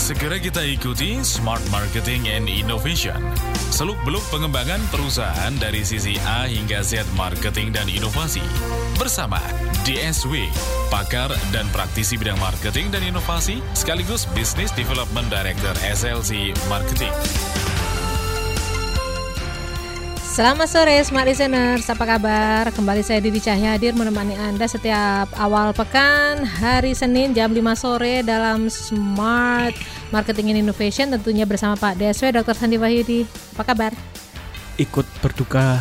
Segera kita ikuti Smart Marketing and Innovation. Seluk-beluk pengembangan perusahaan dari sisi A hingga Z marketing dan inovasi. Bersama DSW, pakar dan praktisi bidang marketing dan inovasi, sekaligus Business Development Director SLC Marketing. Selamat sore Smart Listeners, apa kabar? Kembali saya Didi Cahya hadir menemani Anda setiap awal pekan hari Senin jam 5 sore dalam Smart Marketing and Innovation, tentunya bersama Pak DSW Dr. Sandi Wahyudi. Apa kabar? Ikut berduka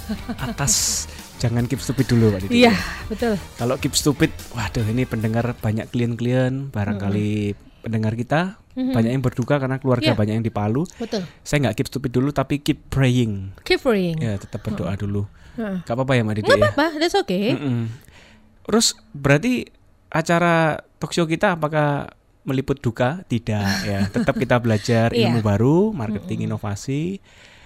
atas jangan keep stupid dulu Pak Didi. Iya, betul. Kalau keep stupid, waduh ini pendengar banyak klien-klien, barangkali pendengar kita banyak yang berduka karena keluarga banyak yang di Palu. Betul. Saya nggak keep stupid dulu, tapi keep praying. Keep praying. Ya, tetap berdoa dulu. Gak apa-apa ya Mbak Didi. Gak apa-apa, that's okay. Terus berarti acara talkshow kita apakah meliput duka? Tidak ya. Tetap kita belajar ilmu baru, marketing inovasi.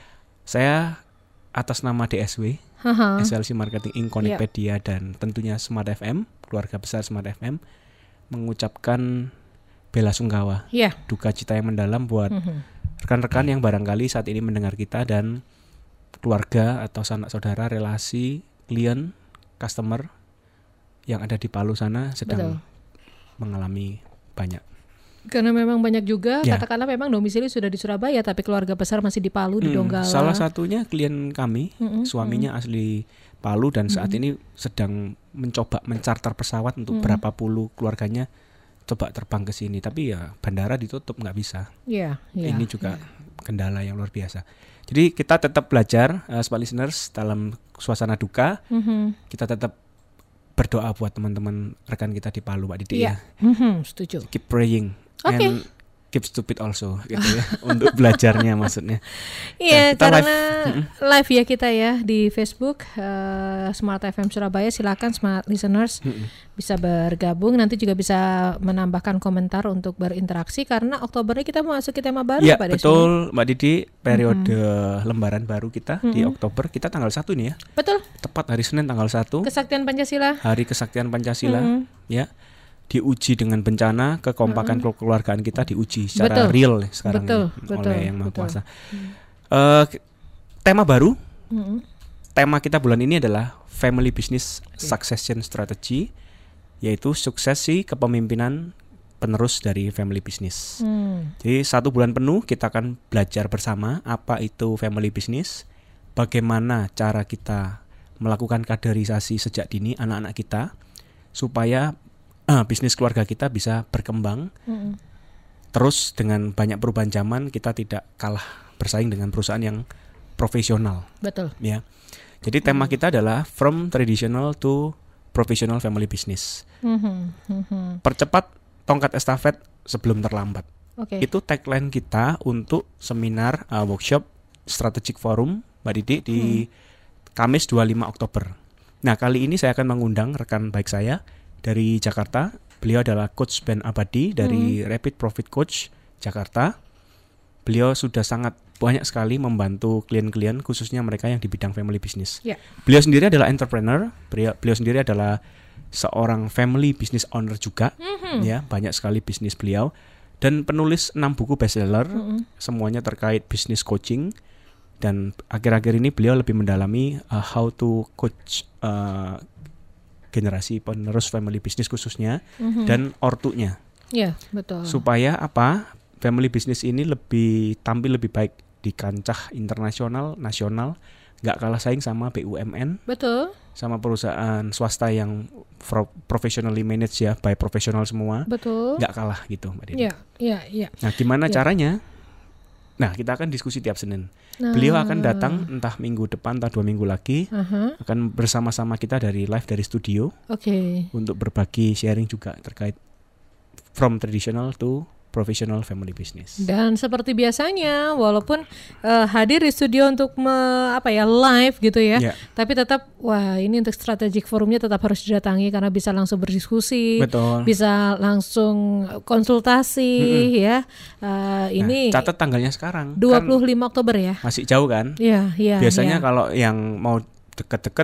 Saya atas nama DSW, SLC Marketing Inc, Connectpedia dan tentunya Smart FM, keluarga besar Smart FM, mengucapkan bela sungkawa, duka cita yang mendalam buat rekan-rekan yang barangkali saat ini mendengar kita dan keluarga atau sanak saudara, relasi, klien, customer yang ada di Palu sana sedang mengalami banyak. Karena memang banyak juga, katakanlah memang domisili sudah di Surabaya tapi keluarga besar masih di Palu, di Donggala. Salah satunya klien kami, suaminya asli Palu dan saat ini sedang mencoba mencarter pesawat untuk berapa puluh keluarganya coba terbang ke sini, tapi ya bandara ditutup, nggak bisa. Ini juga kendala yang luar biasa. Jadi kita tetap belajar, Smart Listeners, dalam suasana duka. Kita tetap berdoa buat teman-teman rekan kita di Palu, Pak Didi ya. Setuju. Keep praying and keep stupid also, gitu ya, untuk belajarnya maksudnya. Iya, karena live ya kita ya di Facebook Smart FM Surabaya. Silakan Smart Listeners bisa bergabung. Nanti juga bisa menambahkan komentar untuk berinteraksi karena Oktobernya kita mau masuk ke tema baru, ya, Pak Desmi. Betul, Mbak Didi. Periode lembaran baru kita di Oktober. Kita tanggal 1 nih ya. Betul. Tepat hari Senin tanggal 1. Kesaktian Pancasila. Hari Kesaktian Pancasila, ya. Diuji dengan bencana, kekompakan kekeluargaan kita diuji secara real sekarang oleh Yang Maha Kuasa. Tema baru, tema kita bulan ini adalah Family Business Succession Strategy, yaitu suksesi kepemimpinan penerus dari family business. Jadi 1 bulan penuh kita akan belajar bersama apa itu family business, bagaimana cara kita melakukan kaderisasi sejak dini anak-anak kita supaya bisnis keluarga kita bisa berkembang. Terus dengan banyak perubahan zaman kita tidak kalah bersaing dengan perusahaan yang profesional. Betul. Ya. Jadi tema kita adalah From Traditional to Professional Family Business. Percepat tongkat estafet sebelum terlambat. Itu tagline kita untuk seminar workshop Strategic Forum Mbak Didi di Kamis 25 Oktober. Nah, kali ini saya akan mengundang rekan baik saya dari Jakarta. Beliau adalah Coach Ben Abadi dari Rapid Profit Coach Jakarta. Beliau sudah sangat banyak sekali membantu klien-klien, khususnya mereka yang di bidang family business. Beliau sendiri adalah entrepreneur. Beliau sendiri adalah seorang family business owner juga. Ya, banyak sekali bisnis beliau dan penulis 6 buku bestseller, semuanya terkait business coaching. Dan akhir-akhir ini beliau lebih mendalami how to coach generasi penerus family business khususnya dan ortunya. Betul. Supaya apa? Family business ini tampil lebih baik di kancah internasional, nasional, nggak kalah saing sama BUMN. Betul. Sama perusahaan swasta yang professionally managed ya, by profesional semua. Betul. Nggak kalah gitu, Mbak Didi. Iya. Nah, gimana caranya? Nah, kita akan diskusi tiap Senin. Beliau akan datang entah minggu depan, entah 2 minggu lagi, akan bersama-sama kita dari live dari studio, untuk berbagi sharing juga terkait from traditional to professional family business. Dan seperti biasanya, walaupun hadir di studio untuk live gitu ya, tapi tetap ini untuk strategic forumnya tetap harus didatangi karena bisa langsung berdiskusi, bisa langsung konsultasi ya. Ini catat tanggalnya sekarang. 25 Oktober ya. Masih jauh kan? Iya. Biasanya kalau yang mau deket-deket,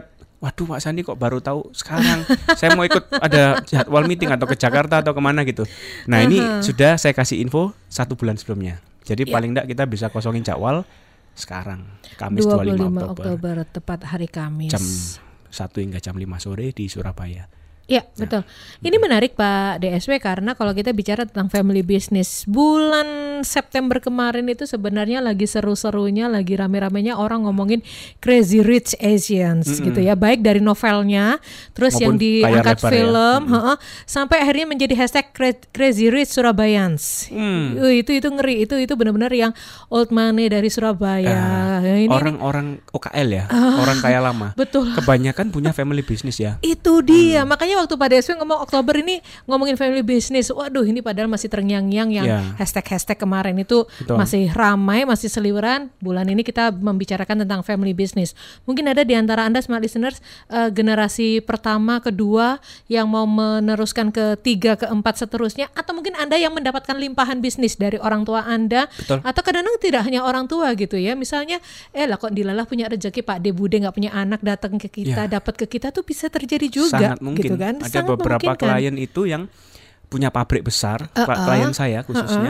waduh Pak Sandi kok baru tahu sekarang. Saya mau ikut ada jadwal meeting atau ke Jakarta atau kemana gitu. Nah ini sudah saya kasih info 1 bulan sebelumnya. Jadi paling enggak kita bisa kosongin jadwal sekarang, Kamis 25 Oktober tepat hari Kamis. Jam 1 hingga jam 5 sore di Surabaya. Ya, betul. Ini menarik Pak DSW karena kalau kita bicara tentang family business, bulan September kemarin itu sebenarnya lagi seru-serunya, lagi rame-ramenya orang ngomongin Crazy Rich Asians gitu ya, baik dari novelnya, terus maupun yang diangkat film, sampai akhirnya menjadi hashtag Crazy Rich Surabayans. Itu ngeri, itu benar-benar yang old money dari Surabaya. Orang-orang OKL ya, orang kaya lama. Betul. Kebanyakan punya family business ya. Itu dia, makanya waktu Pak DSW ngomong Oktober ini ngomongin family business, waduh ini padahal masih terngiang-ngiang yang hashtag kemarin itu masih ramai, masih seliweran. Bulan ini kita membicarakan tentang family business. Mungkin ada di antara Anda smart listeners generasi pertama, kedua yang mau meneruskan ke 3, ke 4 seterusnya, atau mungkin Anda yang mendapatkan limpahan bisnis dari orang tua Anda. Betul. Atau kadang-kadang tidak hanya orang tua gitu ya. Misalnya lah kok dilalah punya rezeki Pak De Bude nggak punya anak, datang ke kita, dapat ke kita tuh bisa terjadi juga. Sangat mungkin. Gitu kan? Ada beberapa klien itu yang punya pabrik besar, klien saya khususnya,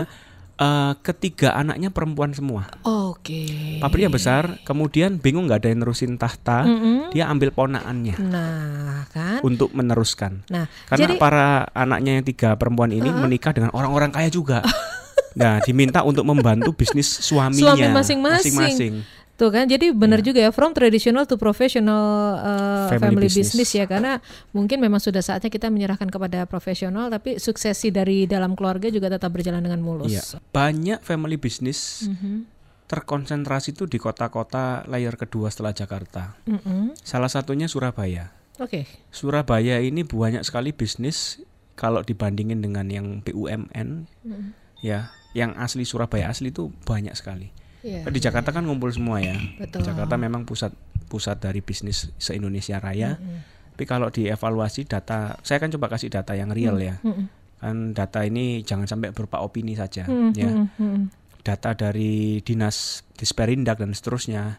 ketiga anaknya perempuan semua. Oke. Pabriknya besar, kemudian bingung nggak ada yang nerusin tahta, dia ambil ponakannya. Nah, kan? Untuk meneruskan. Nah, karena para anaknya yang 3 perempuan ini menikah dengan orang-orang kaya juga. Nah, diminta untuk membantu bisnis suaminya. Suami masing-masing. Tuh kan, jadi benar juga ya, from traditional to professional family business ya, karena mungkin memang sudah saatnya kita menyerahkan kepada profesional, tapi suksesi dari dalam keluarga juga tetap berjalan dengan mulus. Ya, banyak family business terkonsentrasi itu di kota-kota layer kedua setelah Jakarta. Salah satunya Surabaya. Surabaya ini banyak sekali bisnis kalau dibandingin dengan yang BUMN, ya, yang asli Surabaya asli itu banyak sekali. Di Jakarta kan ngumpul semua ya. Betul. Jakarta memang pusat dari bisnis se-Indonesia Raya. Tapi kalau dievaluasi data, saya kan coba kasih data yang real ya. Kan data ini jangan sampai berupa opini saja ya. Data dari Dinas Disperindak dan seterusnya,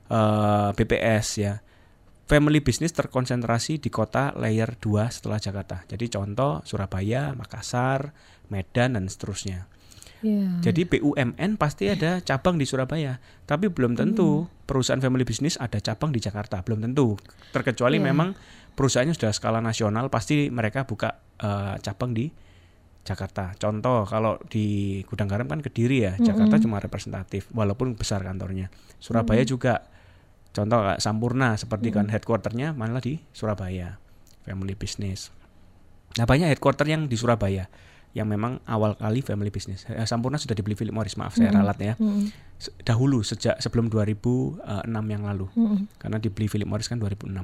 BPS ya. Family business terkonsentrasi di kota layer 2 setelah Jakarta. Jadi contoh Surabaya, Makassar, Medan dan seterusnya. Jadi BUMN pasti ada cabang di Surabaya, tapi belum tentu perusahaan family business ada cabang di Jakarta, belum tentu. Terkecuali memang perusahaannya sudah skala nasional, pasti mereka buka cabang di Jakarta. Contoh kalau di Gudang Garam kan Kediri ya, Jakarta cuma representatif, walaupun besar kantornya. Surabaya juga, contoh kayak Sampurna seperti kan headquarternya malah di Surabaya, family business. Nah banyak headquarter yang di Surabaya, yang memang awal kali family business. Sampurna sudah dibeli Philip Morris, maaf saya ralat ya. Dahulu sejak sebelum 2006 yang lalu. Karena dibeli Philip Morris kan 2006.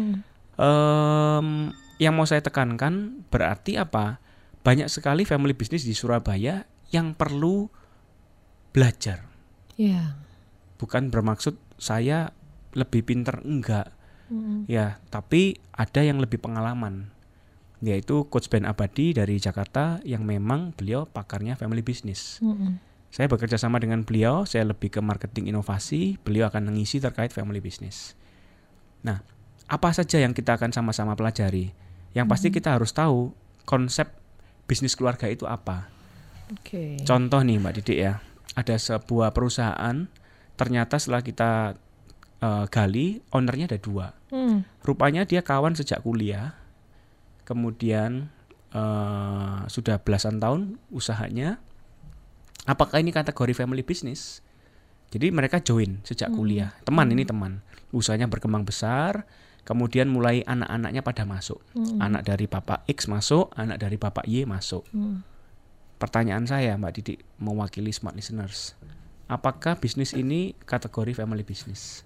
Yang mau saya tekankan berarti apa? Banyak sekali family business di Surabaya yang perlu belajar. Bukan bermaksud saya lebih pinter, enggak. Ya, tapi ada yang lebih pengalaman, yaitu Coach Ben Abadi dari Jakarta yang memang beliau pakarnya family business. Saya bekerja sama dengan beliau, saya lebih ke marketing inovasi, beliau akan mengisi terkait family business. Nah, apa saja yang kita akan sama-sama pelajari? Yang pasti kita harus tahu konsep bisnis keluarga itu apa. Contoh nih Mbak Didik ya, ada sebuah perusahaan, ternyata setelah kita gali, ownernya ada 2. Rupanya dia kawan sejak kuliah. Kemudian sudah belasan tahun usahanya. Apakah ini kategori family business? Jadi mereka join sejak kuliah. Teman, ini teman. Usahanya berkembang besar. Kemudian mulai anak-anaknya pada masuk. Anak dari Bapak X masuk, anak dari Bapak Y masuk. Pertanyaan saya Mbak Didik, mewakili smart listeners. Apakah bisnis ini kategori family business?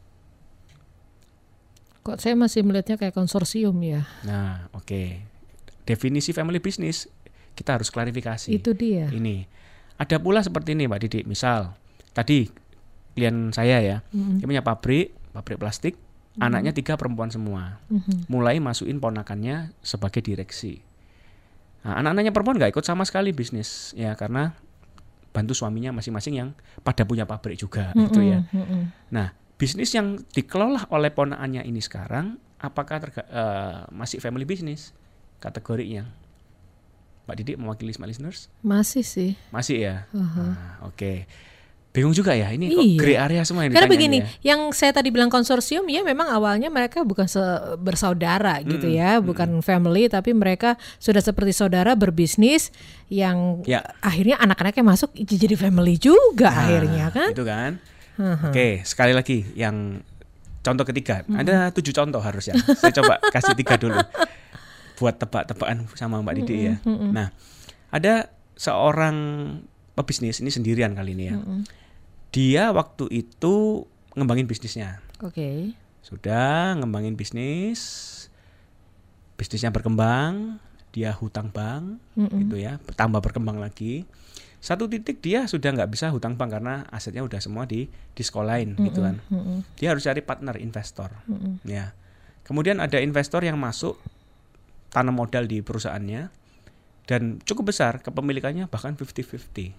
Kok saya masih melihatnya kayak konsorsium ya? Nah, oke. Definisi family business kita harus klarifikasi. Itu dia. Ini. Ada pula seperti ini Mbak Didik. Misal, tadi klien saya ya, dia punya pabrik plastik, anaknya 3 perempuan semua. Mulai masukin ponakannya sebagai direksi. Nah, anak-anaknya perempuan nggak ikut sama sekali bisnis ya, karena bantu suaminya masing-masing yang pada punya pabrik juga gitu ya. Nah, bisnis yang dikelola oleh ponakannya ini sekarang apakah masih family business kategorinya? Mbak Didik mewakili Smart Listeners? Masih sih. Masih ya? Oke. Bingung juga ya, ini kok gray area semua yang ditanya. Karena begini, yang saya tadi bilang konsorsium, ya memang awalnya mereka bukan bersaudara gitu ya, bukan family, tapi mereka sudah seperti saudara berbisnis yang akhirnya anak-anaknya masuk jadi family juga akhirnya kan. Itu kan. Oke, sekali lagi yang contoh ketiga, ada 7 contoh harusnya. Saya coba kasih 3 dulu buat tebak-tebakan sama Mbak Didik ya. Nah, ada seorang pebisnis, ini sendirian kali ini ya. Dia waktu itu ngembangin bisnisnya. Oke. Sudah ngembangin bisnisnya berkembang, dia hutang bank, gitu ya, tambah berkembang lagi. Satu titik dia sudah nggak bisa hutang bank karena asetnya udah semua disekolahin, gitu kan. Dia harus cari partner investor, ya. Kemudian ada investor yang masuk tanam modal di perusahaannya dan cukup besar, kepemilikannya bahkan 50-50,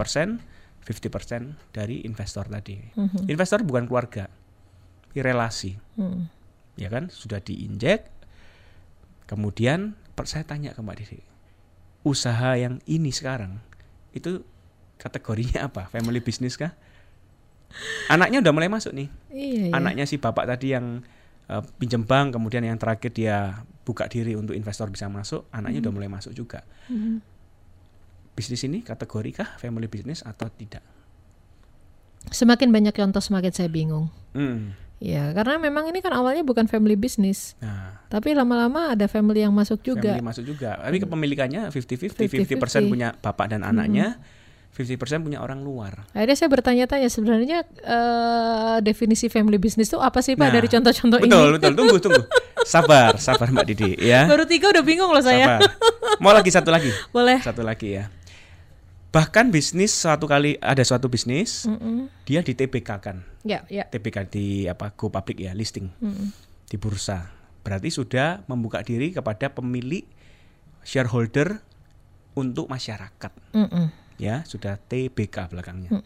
50% dari investor tadi. Investor bukan keluarga, relasi, ya kan, sudah diinjek. Kemudian saya tanya ke Mbak Didi, usaha yang ini sekarang itu kategorinya apa? Family business kah? Anaknya udah mulai masuk nih. Anaknya si bapak tadi yang pinjam bank, kemudian yang terakhir dia buka diri untuk investor bisa masuk, anaknya udah mulai masuk juga. Bisnis ini kategorikah family business atau tidak? Semakin banyak contoh semakin saya bingung. Ya, karena memang ini kan awalnya bukan family business. Tapi lama-lama ada family yang masuk juga. Family masuk juga. Tapi kepemilikannya 50-50, 50% punya bapak dan anaknya, 50% punya orang luar. Akhirnya saya bertanya-tanya sebenarnya definisi family business itu apa sih Pak dari contoh-contoh ini? Betul. Tunggu. Sabar Mbak Didi ya. Baru 3 udah bingung loh saya. Sabar. Mau lagi satu lagi? Boleh. Satu lagi ya. Bahkan bisnis ada suatu bisnis, dia di TBK kan. Ya. TBK di Go Public ya, listing di bursa. Berarti sudah membuka diri kepada pemilik shareholder untuk masyarakat. Ya, sudah TBK belakangnya.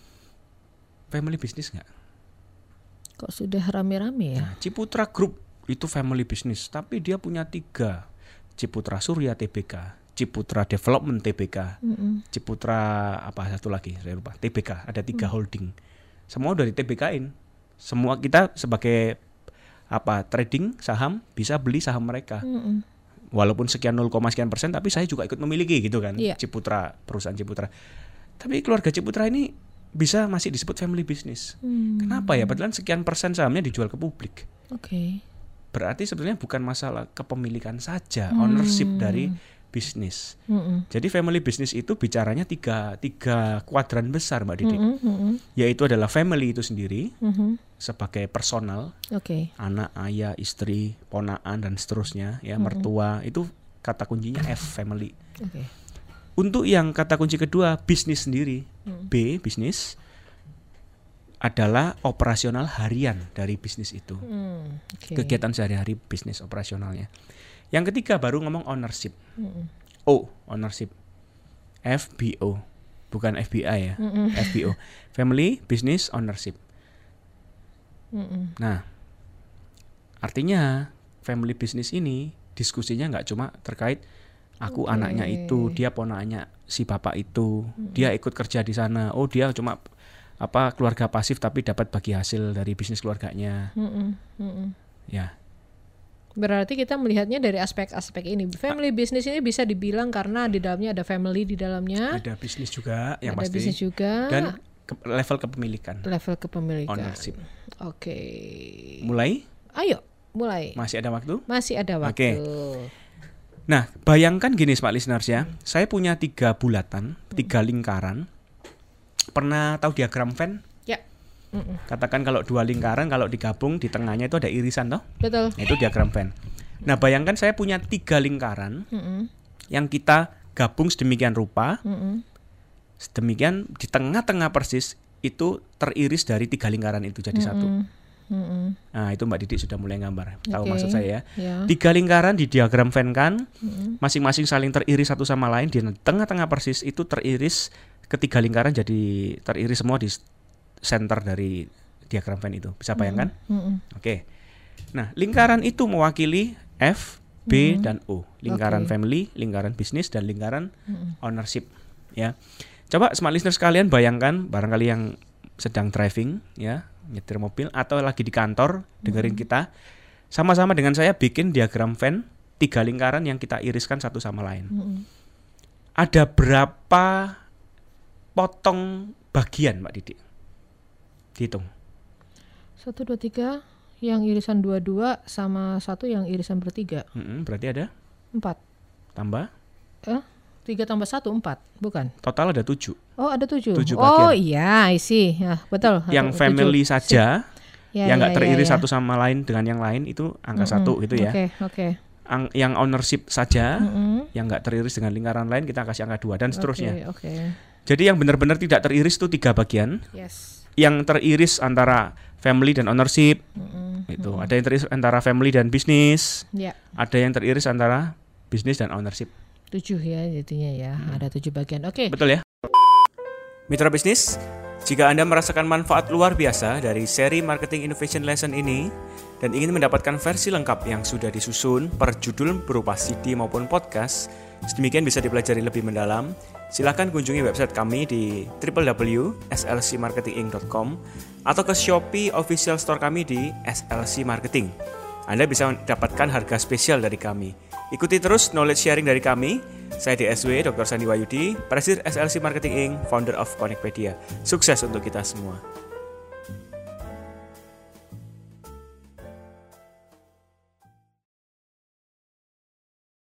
Family business nggak? Kok sudah rame-rame ya? Nah, Ciputra Group itu family business, tapi dia punya 3. Ciputra Surya TBK, Ciputra Development TBK, Ciputra satu lagi saya lupa, TBK, ada 3 holding. Semua udah di TBK-in. Semua kita sebagai trading saham bisa beli saham mereka. Walaupun sekian 0,sekian%, tapi saya juga ikut memiliki gitu kan. Ciputra, perusahaan Ciputra. Tapi keluarga Ciputra ini bisa masih disebut family business. Kenapa ya? Padahal sekian persen sahamnya dijual ke publik. Berarti sebenarnya bukan masalah kepemilikan saja, ownership dari bisnis. Jadi family business itu bicaranya tiga kuadran besar Mbak Didi. Yaitu adalah family itu sendiri sebagai personal, anak, ayah, istri, ponaan dan seterusnya, ya, mertua, itu kata kuncinya F, family. Untuk yang kata kunci kedua, bisnis sendiri, B, bisnis, adalah operasional harian dari bisnis itu. Kegiatan sehari-hari bisnis operasionalnya. Yang ketiga baru ngomong ownership. O, ownership. FBO, bukan FBI ya. FBO, family business ownership. Nah, artinya family business ini diskusinya nggak cuma terkait aku anaknya itu, dia ponakannya si bapak itu, dia ikut kerja di sana. Oh, dia cuma keluarga pasif tapi dapat bagi hasil dari bisnis keluarganya. Ya. Berarti kita melihatnya dari aspek-aspek ini. Family business ini bisa dibilang karena di dalamnya ada family di dalamnya. Ada bisnis juga yang ada pasti. Bisnis juga. Dan level kepemilikan. Ownership. Oke. Mulai? Ayo, mulai. Masih ada waktu? Masih ada waktu. Nah, bayangkan gini Smart Listeners ya. Saya punya 3 bulatan, 3 lingkaran. Pernah tahu diagram Venn? Ya. Katakan kalau 2 lingkaran, kalau digabung di tengahnya itu ada irisan toh? Betul. Nah, itu diagram Venn. Nah, bayangkan saya punya 3 lingkaran yang kita gabung sedemikian rupa, sedemikian di tengah-tengah persis itu teriris dari 3 lingkaran itu jadi satu. Nah, itu Mbak Didik sudah mulai gambar. Tahu maksud saya ya? 3 lingkaran di diagram Venn kan, masing-masing saling teriris satu sama lain. Di tengah-tengah persis itu teriris, ketiga lingkaran jadi teriris semua di center dari diagram Venn itu. Bisa bayangkan? Oke. Nah, lingkaran itu mewakili F, B, dan O. Lingkaran family, lingkaran bisnis, dan lingkaran ownership. Ya, coba smart listener sekalian bayangkan, barangkali yang sedang driving, ya, nyetir mobil, atau lagi di kantor dengerin kita, sama-sama dengan saya bikin diagram Venn, 3 lingkaran yang kita iriskan satu sama lain. Ada berapa potong bagian, Mbak Didi? Dihitung. 1, 2, 3, yang irisan 2 sama 1 yang irisan bertiga. Berarti ada? 4. Tambah? 3 tambah 1, 4, bukan? Total ada 7. Oh, ada 7. 7 bagian. Oh iya, I see. Ya, betul. Yang family 7. Saja, yang nggak teriris satu sama lain dengan yang lain itu angka 1 gitu ya. Oke. Yang ownership saja, yang nggak teriris dengan lingkaran lain kita kasih angka 2 dan seterusnya. Jadi yang benar-benar tidak teriris itu 3 bagian. Yes. Yang teriris antara family dan ownership, itu. Ada yang teriris antara family dan bisnis. Ada yang teriris antara bisnis dan ownership. 7 ya jadinya ya. Ada 7 bagian. Oke. Betul ya. Mitra bisnis, jika Anda merasakan manfaat luar biasa dari seri Marketing Innovation Lesson ini dan ingin mendapatkan versi lengkap yang sudah disusun per judul berupa CD maupun podcast, sedemikian bisa dipelajari lebih mendalam, silakan kunjungi website kami di www.slcmarketinginc.com atau ke Shopee official store kami di SLC Marketing. Anda bisa mendapatkan harga spesial dari kami. Ikuti terus knowledge sharing dari kami. Saya DSW, Dr. Sandi Wahyudi, Presiden SLC Marketing Inc., founder of Connectpedia. Sukses untuk kita semua.